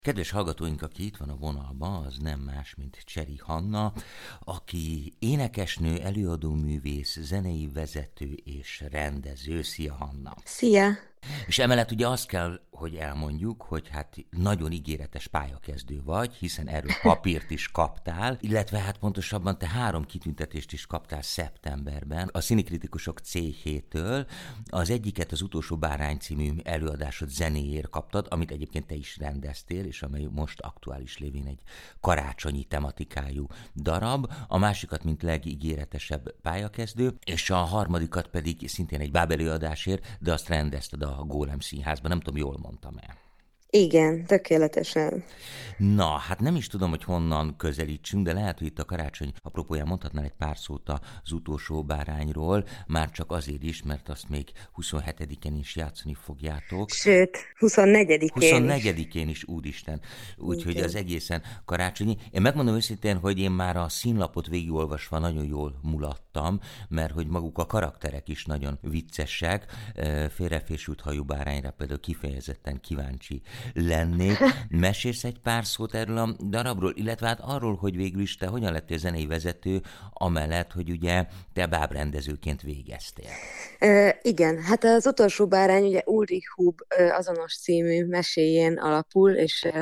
Kedves hallgatóink, aki itt van a vonalban, az nem más, mint Cseri Hanna, aki énekesnő, előadóművész, zenei vezető és rendező. Szia, Hanna! Szia! És emellett ugye azt kell, hogy elmondjuk, hogy hát nagyon ígéretes pályakezdő vagy, hiszen erről papírt is kaptál, illetve hát pontosabban te 3 kitüntetést is kaptál szeptemberben a Színikritikusok céhétől. Az egyiket az Utolsó bárány című előadásod zenéért kaptad, amit egyébként te is rendeztél, és amely most aktuális lévén egy karácsonyi tematikájú darab, a másikat, mint legígéretesebb pályakezdő, és a harmadikat pedig szintén egy bábelőadásért, de azt rendezted a Gólem Színházban, nem tudom, jól mondtam el. Igen, tökéletesen. Na, hát nem is tudom, hogy honnan közelítsünk, de lehet, hogy itt a karácsony apropóján mondhatnál egy pár szót az Utolsó bárányról, már csak azért is, mert azt még 27-én is játszani fogjátok. Sőt, 24-én is. 24-én is, úristen. Úgyhogy az Igen. egészen karácsonyi. Én megmondom őszintén, hogy én már a színlapot végigolvasva nagyon jól mulattam, mert hogy maguk a karakterek is nagyon viccesek. Félrefésült hajú bárányra például kifejezetten kíváncsi lennék. Mesélsz egy pár szót erről a darabról, illetve hát arról, hogy végül is te hogyan lettél zenei vezető, amellett, hogy ugye te bábrendezőként végeztél. Igen, hát az Utolsó bárány ugye Ulrich Hub azonos című meséjén alapul,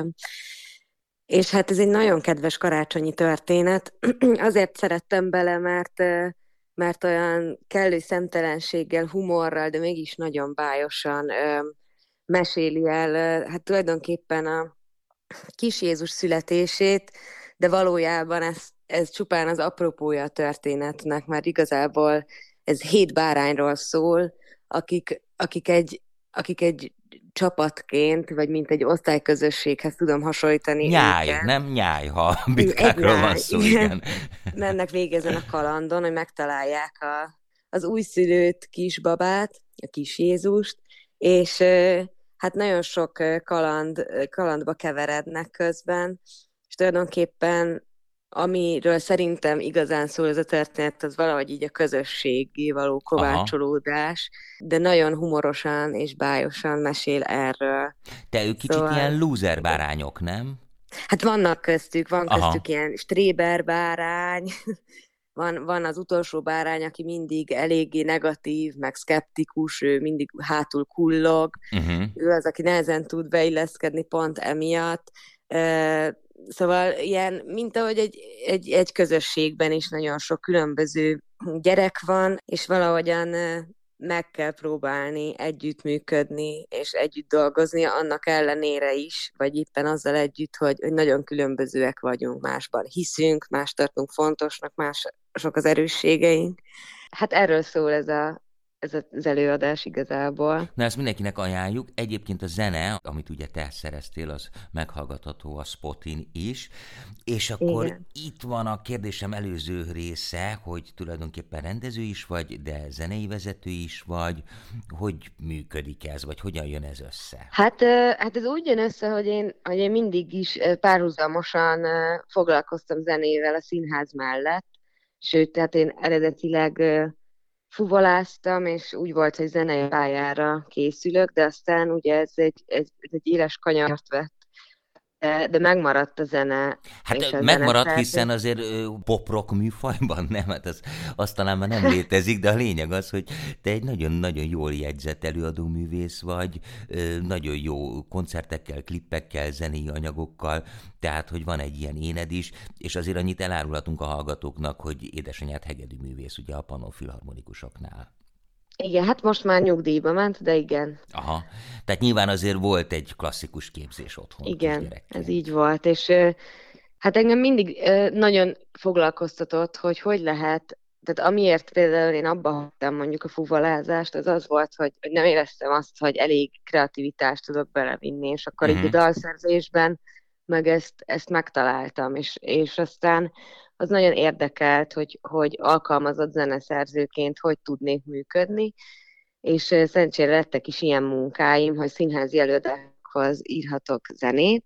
és hát ez egy nagyon kedves karácsonyi történet. Azért szerettem bele, mert olyan kellő szemtelenséggel, humorral, de mégis nagyon bájosan meséli el, hát tulajdonképpen a kis Jézus születését, de valójában ez csupán az apropója a történetnek, mert igazából ez 7 bárányról szól, akik egy csapatként, vagy mint egy osztályközösséghez tudom hasonlítani Nyáj, őket. nem nyáj, ha Egy bitkákról van nyáj, szó, igen. igen. Mennek végezni a kalandon, hogy megtalálják az újszülött kisbabát, a kis Jézust, és hát nagyon sok kalandba keverednek közben, és tulajdonképpen amiről szerintem igazán szól ez a történet, az valahogy így a közösségé való Aha. kovácsolódás, de nagyon humorosan és bájosan mesél erről. Te ők kicsit Szóval, ilyen lúzer igen. bárányok, nem? Hát van köztük Aha. ilyen stréber bárány, van az utolsó bárány, aki mindig eléggé negatív, meg szkeptikus, ő mindig hátul kullog, Uh-huh. ő az, aki nehezen tud beilleszkedni pont emiatt. Szóval ilyen, mint ahogy egy közösségben is nagyon sok különböző gyerek van, és valahogyan meg kell próbálni együttműködni, és együtt dolgozni, annak ellenére is, vagy éppen azzal együtt, hogy nagyon különbözőek vagyunk, másban hiszünk, más tartunk fontosnak, más sok az erősségeink. Hát erről szól ez az előadás igazából. Na, ezt mindenkinek ajánljuk. Egyébként a zene, amit ugye te szereztél, az meghallgatható a Spotin is. És akkor Igen. itt van a kérdésem előző része, hogy tulajdonképpen rendező is vagy, de zenei vezető is vagy. Hogy működik ez, vagy hogyan jön ez össze? Hát ez úgy jön össze, hogy én mindig is párhuzamosan foglalkoztam zenével a színház mellett, sőt, tehát én eredetileg fuvoláztam, és úgy volt, hogy zenei pályára készülök, de aztán ugye ez egy éles kanyart vett, de megmaradt a zene és Hát a megmaradt, zeneszerzés. hiszen azért pop-rock műfajban nem, hát az talán már nem létezik, de a lényeg az, hogy te egy nagyon-nagyon jól jegyzett előadóművész vagy, nagyon jó koncertekkel, klippekkel, zenei anyagokkal, tehát, hogy van egy ilyen éned is, és azért annyit elárulhatunk a hallgatóknak, hogy édesanyád hegedűművész, ugye a Pannó Filharmonikusoknál. Igen, hát most már nyugdíjba ment, de igen, Aha, tehát nyilván azért volt egy klasszikus képzés otthon igen, ez kisgyerekként. így volt, és hát engem mindig nagyon foglalkoztatott, hogy lehet, tehát amiért például én abba hagytam mondjuk a fuvalázást, az az volt, hogy nem éreztem azt, hogy elég kreativitást tudok belevinni, és akkor így a Uh-huh. dalszerzésben meg ezt megtaláltam, és aztán az nagyon érdekelt, hogy alkalmazott zeneszerzőként hogy tudnék működni, és szerencsére lettek is ilyen munkáim, hogy színházi előadásokhoz írhatok zenét,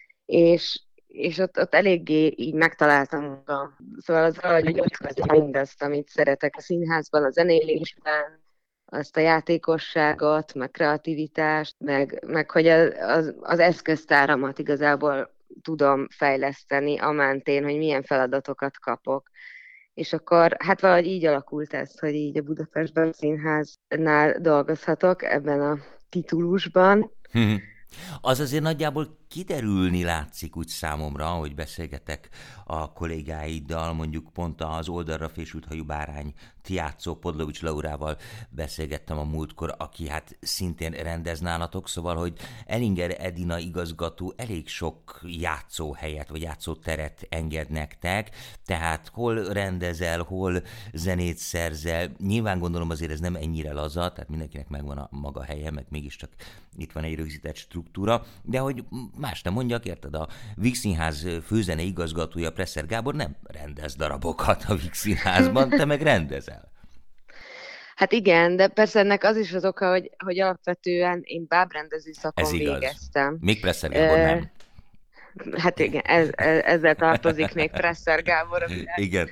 és ott eléggé így megtaláltam magam. Szóval az valahogy úgy mindazt, amit szeretek a színházban, a zenélésben, azt a játékosságot, meg kreativitást, meg hogy az eszköztáramat igazából tudom fejleszteni a mentén, hogy milyen feladatokat kapok. És akkor hát valahogy így alakult ez, hogy így a Budapest Színháznál dolgozhatok ebben a titulusban. Az azért nagyjából kiderülni látszik úgy számomra, hogy beszélgetek a kollégáiddal, mondjuk pont az Oldalra fésült hajú bárány játszó Podlovics Laurával beszélgettem a múltkor, aki hát szintén rendez nálatok, szóval, hogy Elinger Edina igazgató elég sok játszóhelyet vagy játszóteret enged nektek, tehát hol rendezel, hol zenét szerzel. Nyilván gondolom azért ez nem ennyire laza, tehát mindenkinek megvan a maga helye, meg mégiscsak itt van egy rögzített struktúra, de hogy más nem mondjak, érted, a Víg Színház főzene igazgatója Presser Gábor nem rendez darabokat a Víg Színházban, te meg rendezel. Hát igen, de persze ennek az is az oka, hogy alapvetően én bábrendező szakon Ez igaz. végeztem. Még Presser Gábor nem. Hát igen, ezzel tartozik még Presser Gábor. Igen.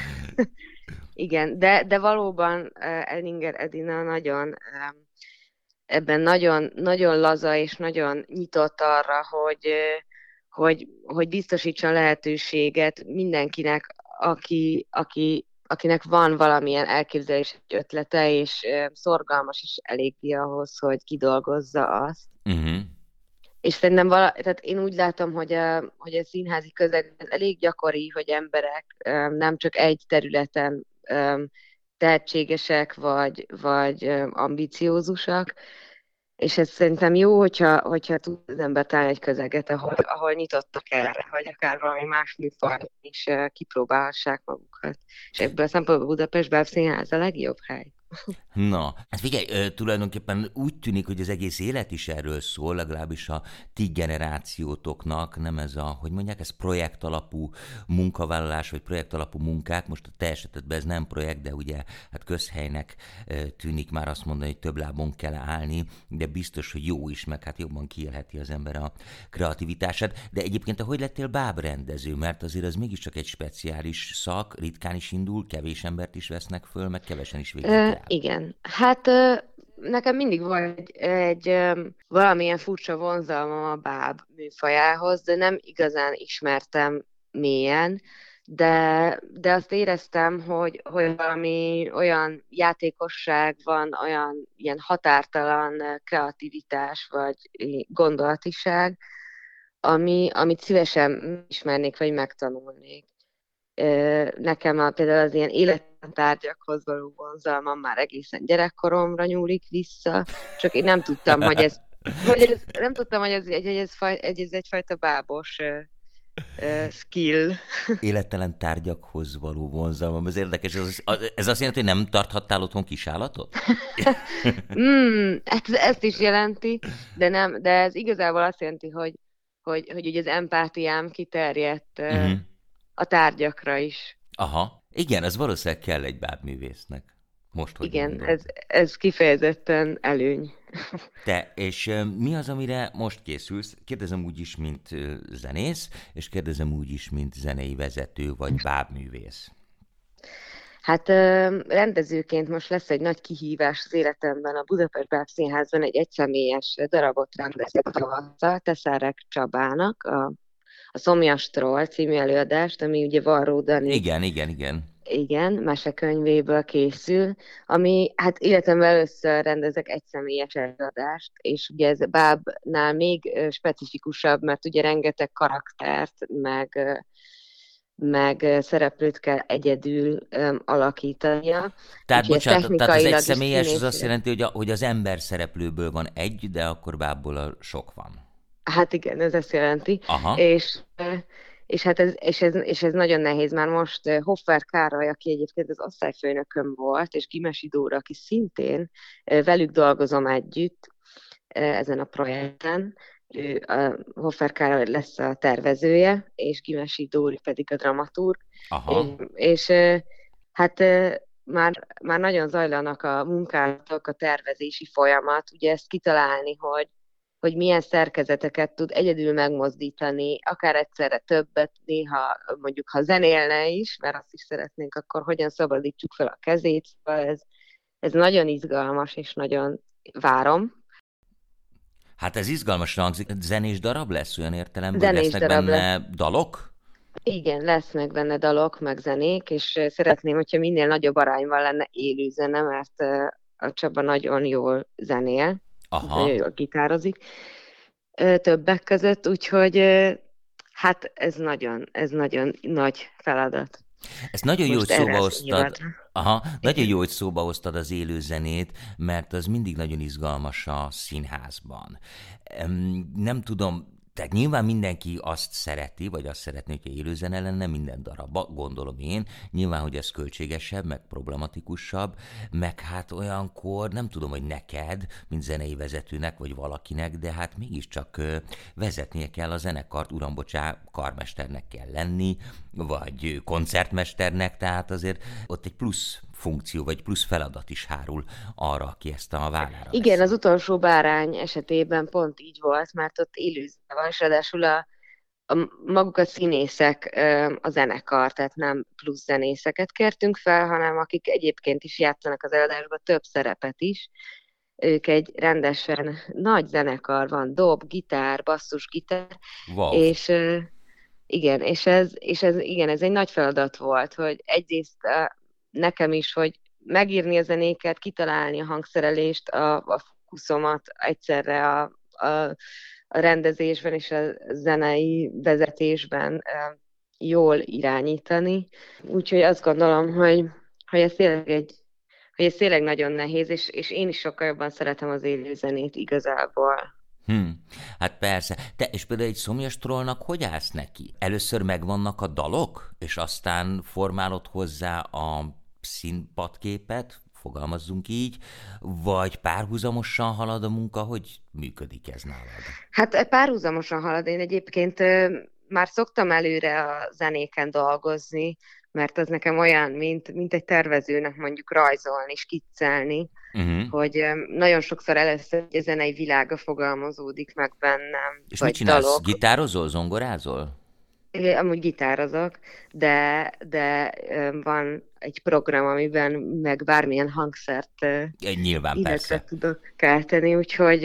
Igen, de valóban Elinger Edina nagyon ebben nagyon, nagyon laza és nagyon nyitott arra, hogy biztosítson lehetőséget mindenkinek, akinek van valamilyen elképzelés, ötlete, és szorgalmas is eléggé ahhoz, hogy kidolgozza azt. Uh-huh. És szerintem tehát én úgy látom, hogy a színházi közeg elég gyakori, hogy emberek nem csak egy területen tehetségesek, vagy ambiciózusak, és ez szerintem jó, hogyha tud az ember találni egy közeget, ahol nyitottak erre, vagy akár valami más műfajt is kipróbálhassák magukat. És ebből a szempontból Budapest Bábszínház a legjobb hely. Na, hát figyelj, tulajdonképpen úgy tűnik, hogy az egész élet is erről szól, legalábbis a ti generációtoknak, nem ez hogy mondják, ez projektalapú munkavállalás, vagy projektalapú munkák, most a te esetedben ez nem projekt, de ugye hát közhelynek tűnik már azt mondani, hogy több lábon kell állni, de biztos, hogy jó is, meg hát jobban kiélheti az ember a kreativitását. De egyébként te hogy lettél bábrendező? Mert azért az mégiscsak egy speciális szak, ritkán is indul, kevés embert is vesznek föl, meg kevesen is végzik. Igen, hát nekem mindig volt egy valamilyen furcsa vonzalmam a báb műfajához, de nem igazán ismertem mélyen, de azt éreztem, hogy valami olyan játékosság van, olyan ilyen határtalan kreativitás vagy gondolatiság, amit szívesen ismernék vagy megtanulnék. Nekem például az ilyen élettárgyakhoz való vonzalmam már egészen gyerekkoromra nyúlik vissza, csak én nem tudtam, hogy ez egyfajta bábos skill. Élettelen tárgyakhoz való vonzalmam, ez érdekes. Ez azt jelenti, hogy nem tarthattál otthon kisállatot? Ezt is jelenti, de ez igazából azt jelenti, hogy ugye az empátiám kiterjedt a tárgyakra is. Aha. Igen, ez valószínűleg kell egy bábművésznek. Most, hogy igen, ez kifejezetten előny. Te, és mi az, amire most készülsz? Kérdezem úgy is, mint zenész, és kérdezem úgy is, mint zenei vezető, vagy bábművész. Hát rendezőként most lesz egy nagy kihívás az életemben. A Budapest Bábszínházban egy egyszemélyes darabot rendezek tavasszal Tesszárek Csabának, a Szomjas Troll című előadást, ami ugye Varró Dani. Igen. Igen, mesekönyvéből készül, ami hát életemben először rendezek egyszemélyes előadást, és ugye ez bábnál még specifikusabb, mert ugye rengeteg karaktert, meg szereplőt kell egyedül alakítania. Tehát bocsánat, tehát az egyszemélyes az azt jelenti, hogy az ember szereplőből van egy, de akkor bábból sok van. Hát igen, ez azt jelenti. Aha. És ez nagyon nehéz. Már most Hoffer Károly, aki egyébként az osztályfőnököm volt, és Gimesi Dóra, aki szintén velük dolgozom együtt ezen a projekten. Hoffer Károly lesz a tervezője, és Gimesi Dóri pedig a dramaturg. És hát már nagyon zajlanak a munkálatok, a tervezési folyamat. Ugye ezt kitalálni, hogy milyen szerkezeteket tud egyedül megmozdítani, akár egyszerre többet, néha mondjuk ha zenélne is, mert azt is szeretnénk, akkor hogyan szabadítsuk fel a kezét. Szóval ez nagyon izgalmas, és nagyon várom. Hát ez izgalmasan hangzik. Zenés darab lesz olyan értelemben, hogy Zenés lesznek darab lesz. benne dalok? Igen, lesznek benne dalok, meg zenék, és szeretném, hogyha minél nagyobb arányban lenne élő zene, mert a Csaba nagyon jól zenél, nagyon Aha. jól gitározik többek között, úgyhogy hát ez nagyon nagy feladat. Ezt nagyon jó, hogy Most erre szóba az hoztad. évadra. Aha, nagyon jó, Igen. hogy szóba hoztad az élő zenét, mert az mindig nagyon izgalmas a színházban. Nem tudom, tehát nyilván mindenki azt szereti, vagy azt szeretné, hogyha élőzene lenne minden darabba, gondolom én. Nyilván, hogy ez költségesebb, meg problematikusabb, meg hát olyankor, nem tudom, hogy neked, mint zenei vezetőnek, vagy valakinek, de hát mégiscsak vezetnie kell a zenekart, uram, bocsá, karmesternek kell lenni, vagy koncertmesternek, tehát azért ott egy plusz funkció, vagy plusz feladat is hárul arra, aki ezt a vállára Igen, veszi. az utolsó bárány esetében pont így volt, mert ott élő zene van, és ráadásul maguk a színészek a zenekar, tehát nem plusz zenészeket kértünk fel, hanem akik egyébként is játszanak az előadásban több szerepet is. Ők egy rendesen nagy zenekar van, dob, gitár, basszusgitár, Wow. és igen, igen, ez egy nagy feladat volt, hogy egyrészt nekem is, hogy megírni a zenéket, kitalálni a hangszerelést, a fókuszomat egyszerre a rendezésben és a zenei vezetésben jól irányítani. Úgyhogy azt gondolom, hogy ez tényleg hogy ez tényleg nagyon nehéz, és én is sokkal jobban szeretem az élő zenét igazából. Hm. Hát persze. Te, és például egy szomjas trollnak hogy állsz neki? Először megvannak a dalok, és aztán formálod hozzá a színpadképet, fogalmazzunk így, vagy párhuzamosan halad a munka, hogy működik ez nálad? Hát párhuzamosan halad. Én egyébként már szoktam előre a zenéken dolgozni, mert az nekem olyan, mint egy tervezőnek mondjuk rajzolni, skiccelni, Uh-huh. hogy nagyon sokszor először egy zenei világa fogalmazódik meg bennem, És mit vagy csinálsz? dalok. Gitározol, zongorázol? Én amúgy gitározok, de van egy program, amiben meg bármilyen hangszert Nyilván, illetve persze. tudok kelteni, úgyhogy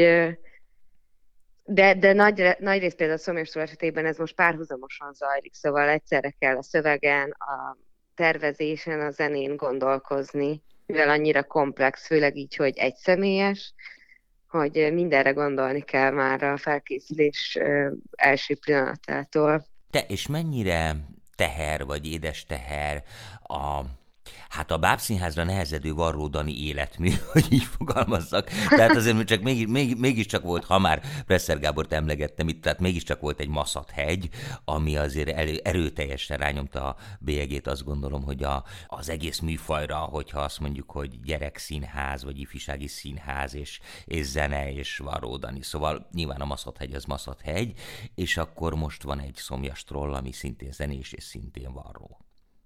de nagy rész például a szomjas szó esetében ez most párhuzamosan zajlik, szóval egyszerre kell a szövegen, a tervezésen, a zenén gondolkozni, mivel annyira komplex, főleg így, hogy egyszemélyes, hogy mindenre gondolni kell már a felkészülés első pillanatától. Te, és mennyire teher, vagy édes teher a hát a bábszínházra nehezedő Varró Dani életmű, hogy így fogalmazzak. Tehát azért csak mégiscsak volt, ha már Presser Gábort emlegettem itt, tehát mégiscsak volt egy Maszat-hegy, ami azért erőteljesen rányomta a bélyegét, azt gondolom, hogy az egész műfajra, hogyha azt mondjuk, hogy gyerekszínház, vagy ifjúsági színház, és zene, és Varró Dani. Szóval nyilván a Maszat-hegy az Maszat-hegy, és akkor most van egy Szomjas troll, ami szintén zenés, és szintén Varró.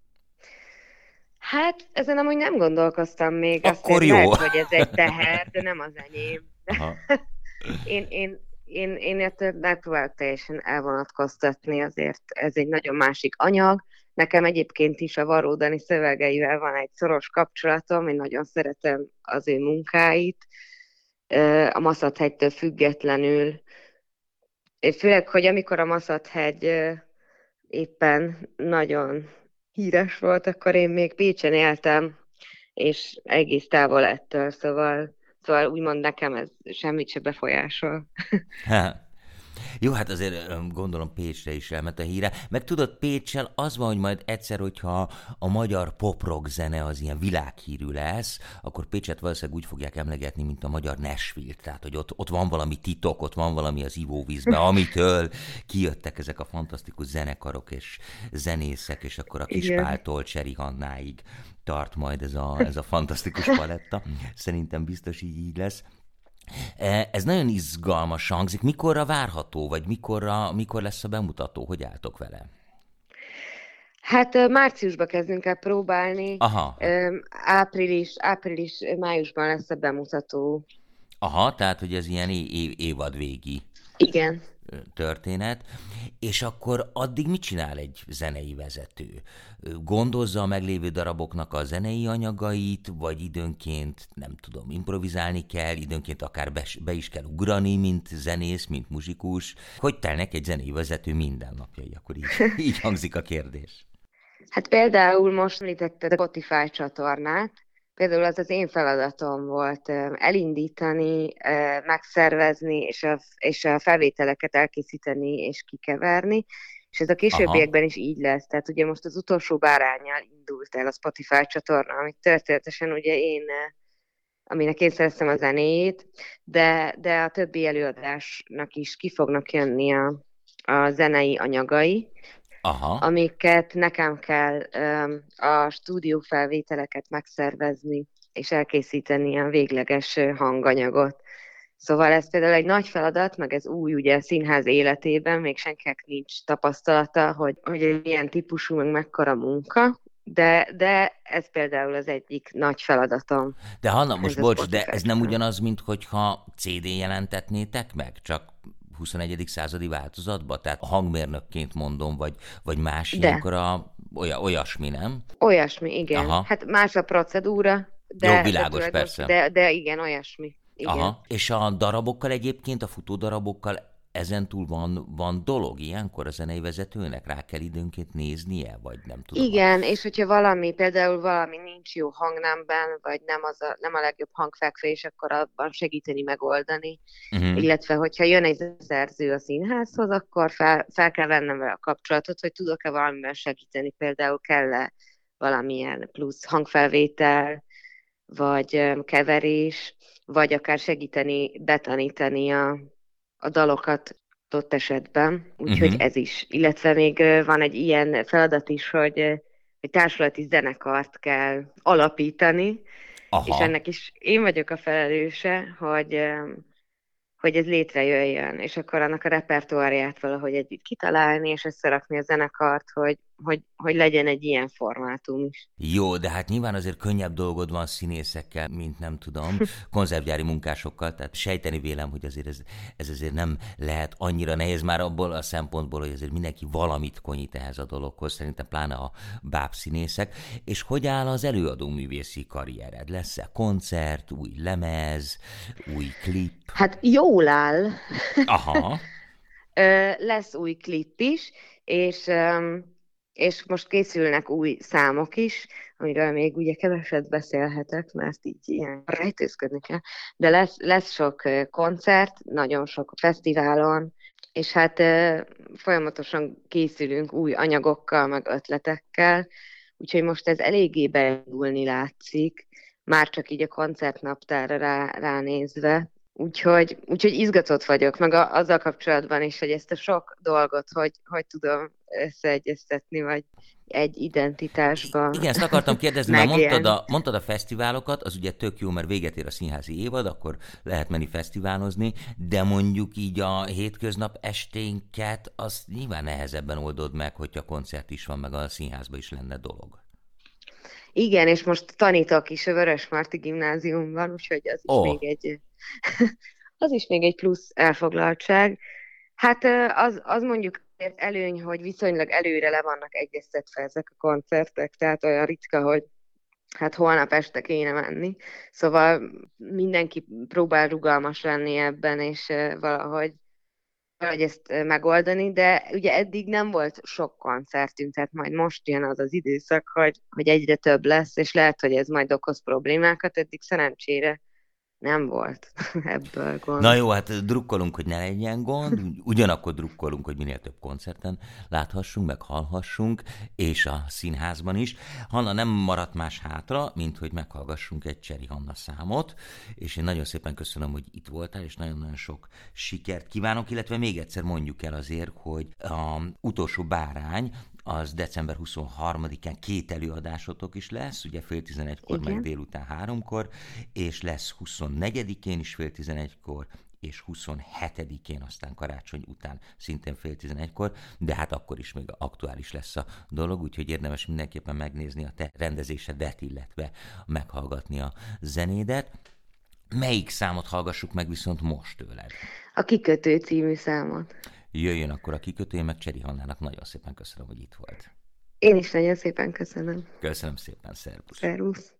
Hát ezen amúgy nem gondolkoztam még, Akkor azért jó. lehet, hogy ez egy teher, de nem az enyém. Aha. Én, én, én ettől megpróbálok teljesen elvonatkoztatni, azért ez egy nagyon másik anyag. Nekem egyébként is a Varró Dani szövegeivel van egy szoros kapcsolatom, én nagyon szeretem az ő munkáit, a Maszat-hegytől függetlenül. Főleg, hogy amikor a Maszat-hegy éppen nagyon híres volt, akkor én még Pécsen éltem, és egész távol ettől, szóval úgymond nekem ez semmit se befolyásol. Jó, hát azért gondolom Pécsre is elment a híre. Meg tudod, Péccsel az van, hogy majd egyszer, hogyha a magyar pop-rock zene az ilyen világhírű lesz, akkor Pécset valószínűleg úgy fogják emlegetni, mint a magyar Nashville. Tehát, hogy ott van valami titok, ott van valami az ivóvízbe, amitől kijöttek ezek a fantasztikus zenekarok és zenészek, és akkor a Igen. Kispáltól Cseri Hannáig tart majd ez a fantasztikus paletta. Szerintem biztos így lesz. Ez nagyon izgalmas hangzik. Mikorra várható, vagy mikor lesz a bemutató? Hogy álltok vele? Hát márciusban kezdünk el próbálni, Aha, májusban lesz a bemutató. aha, tehát hogy ez ilyen évadvégi Igen, történet, és akkor addig mit csinál egy zenei vezető? Gondozza a meglévő daraboknak a zenei anyagait, vagy időnként, nem tudom, improvizálni kell, időnként akár be is kell ugrani, mint zenész, mint muzsikus. Hogy telnek egy zenei vezető mindennapjai? Akkor így hangzik a kérdés. Hát például most említetted a Spotify csatornát, például az én feladatom volt elindítani, megszervezni, és a felvételeket elkészíteni és kikeverni, és ez a későbbiekben is így lesz. Tehát ugye most az utolsó báránnyal indult el a Spotify csatorna, amit történetesen ugye aminek én szereztem a zenéjét, de a többi előadásnak is ki fognak jönni a zenei anyagai, amiket nekem kell a stúdiófelvételeket megszervezni, és elkészíteni a végleges hanganyagot. Szóval ez például egy nagy feladat, meg ez új ugye a színház életében, még senkinek nincs tapasztalata, hogy egy ilyen típusú, meg mekkora munka, de ez például az egyik nagy feladatom. De Hanna, most bocs, de ez nem ugyanaz, mint hogyha CD-n jelentetnétek meg, csak 21. századi változatban? Tehát hangmérnökként mondom, vagy más ilyenkor olyasmi, nem? Olyasmi, igen. Aha. Hát más a procedúra. Jó, világos, persze. De igen, olyasmi. Igen. Aha. És a darabokkal egyébként, a futódarabokkal ezentúl van dolog ilyenkor a zenei vezetőnek? Rá kell időnként néznie, vagy nem tudom. Igen, és hogyha például valami nincs jó hangnemben, vagy nem a legjobb hangfekvés, akkor abban segíteni megoldani. Illetve, hogyha jön egy szerző a színházhoz, akkor fel kell vennem vele a kapcsolatot, hogy tudok-e valamiben segíteni. Például kell-e valamilyen plusz hangfelvétel, vagy keverés, vagy akár segíteni, betanítani a dalokat ott esetben, úgyhogy ez is. Illetve még van egy ilyen feladat is, hogy egy társulati zenekart kell alapítani, és ennek is én vagyok a felelőse, hogy ez létrejöjjön, és akkor annak a repertoárját valahogy együtt kitalálni, és összerakni a zenekart, hogy legyen egy ilyen formátum is. Jó, de hát nyilván azért könnyebb dolgod van színészekkel, mint nem tudom, konzervgyári munkásokkal, tehát sejteni vélem, hogy azért ez azért nem lehet annyira nehéz már abból a szempontból, hogy azért mindenki valamit konyít ehhez a dologhoz, szerintem pláne a bábszínészek. És hogy áll az előadó művészi karriered? Lesz-e koncert, új lemez, új klip? Hát jól áll. Aha. Lesz új klip is, és most készülnek új számok is, amiről még ugye keveset beszélhetek, mert így ilyen rejtőzködni kell, de lesz sok koncert, nagyon sok fesztiválon, és hát folyamatosan készülünk új anyagokkal, meg ötletekkel, úgyhogy most ez eléggé beindulni látszik, már csak így a koncertnaptárra ránézve. Úgyhogy izgatott vagyok, meg azzal kapcsolatban is, hogy ezt a sok dolgot, hogy tudom összeegyeztetni, vagy egy identitásban. Igen, ezt akartam kérdezni, mert mondtad a fesztiválokat, az ugye tök jó, mert véget ér a színházi évad, akkor lehet menni fesztiválozni, de mondjuk így a hétköznap esténket, azt nyilván nehezebben oldod meg, hogyha koncert is van, meg a színházban is lenne dolog. Igen, és most tanítok is a Vörösmarty Gimnáziumban, úgyhogy az is még egy plusz elfoglaltság. Hát az mondjuk előny, hogy viszonylag előre le vannak egyeztetve ezek a koncertek, tehát olyan ritka, hogy hát holnap este kéne menni. Szóval mindenki próbál rugalmas lenni ebben, és valahogy ezt megoldani, de ugye eddig nem volt sok koncertünk, tehát majd most jön az időszak, hogy egyre több lesz, és lehet, hogy ez majd okoz problémákat, eddig szerencsére nem volt ebből gond. Na jó, hát drukkolunk, hogy ne legyen gond, ugyanakkor drukkolunk, hogy minél több koncerten láthassunk, meg hallhassunk, és a színházban is. Hanna, nem maradt más hátra, mint hogy meghallgassunk egy Cseri Hanna számot, és én nagyon szépen köszönöm, hogy itt voltál, és nagyon-nagyon sok sikert kívánok, illetve még egyszer mondjuk el azért, hogy az utolsó bárány, az december 23-án 2 előadásotok is lesz, ugye 10:30-kor, meg délután 3-kor, és lesz 24-én is 10:30-kor, és 27-én, aztán karácsony után szintén 10:30-kor, de hát akkor is még aktuális lesz a dolog, úgyhogy érdemes mindenképpen megnézni a te rendezésedet, illetve meghallgatni a zenédet. Melyik számot hallgassuk meg viszont most tőled? A Kikötő című számot. jöjjön akkor a kikötője, meg Cseri Hannának nagyon szépen köszönöm, hogy itt volt. Én is nagyon szépen köszönöm. Köszönöm szépen, szervusz! Szervusz!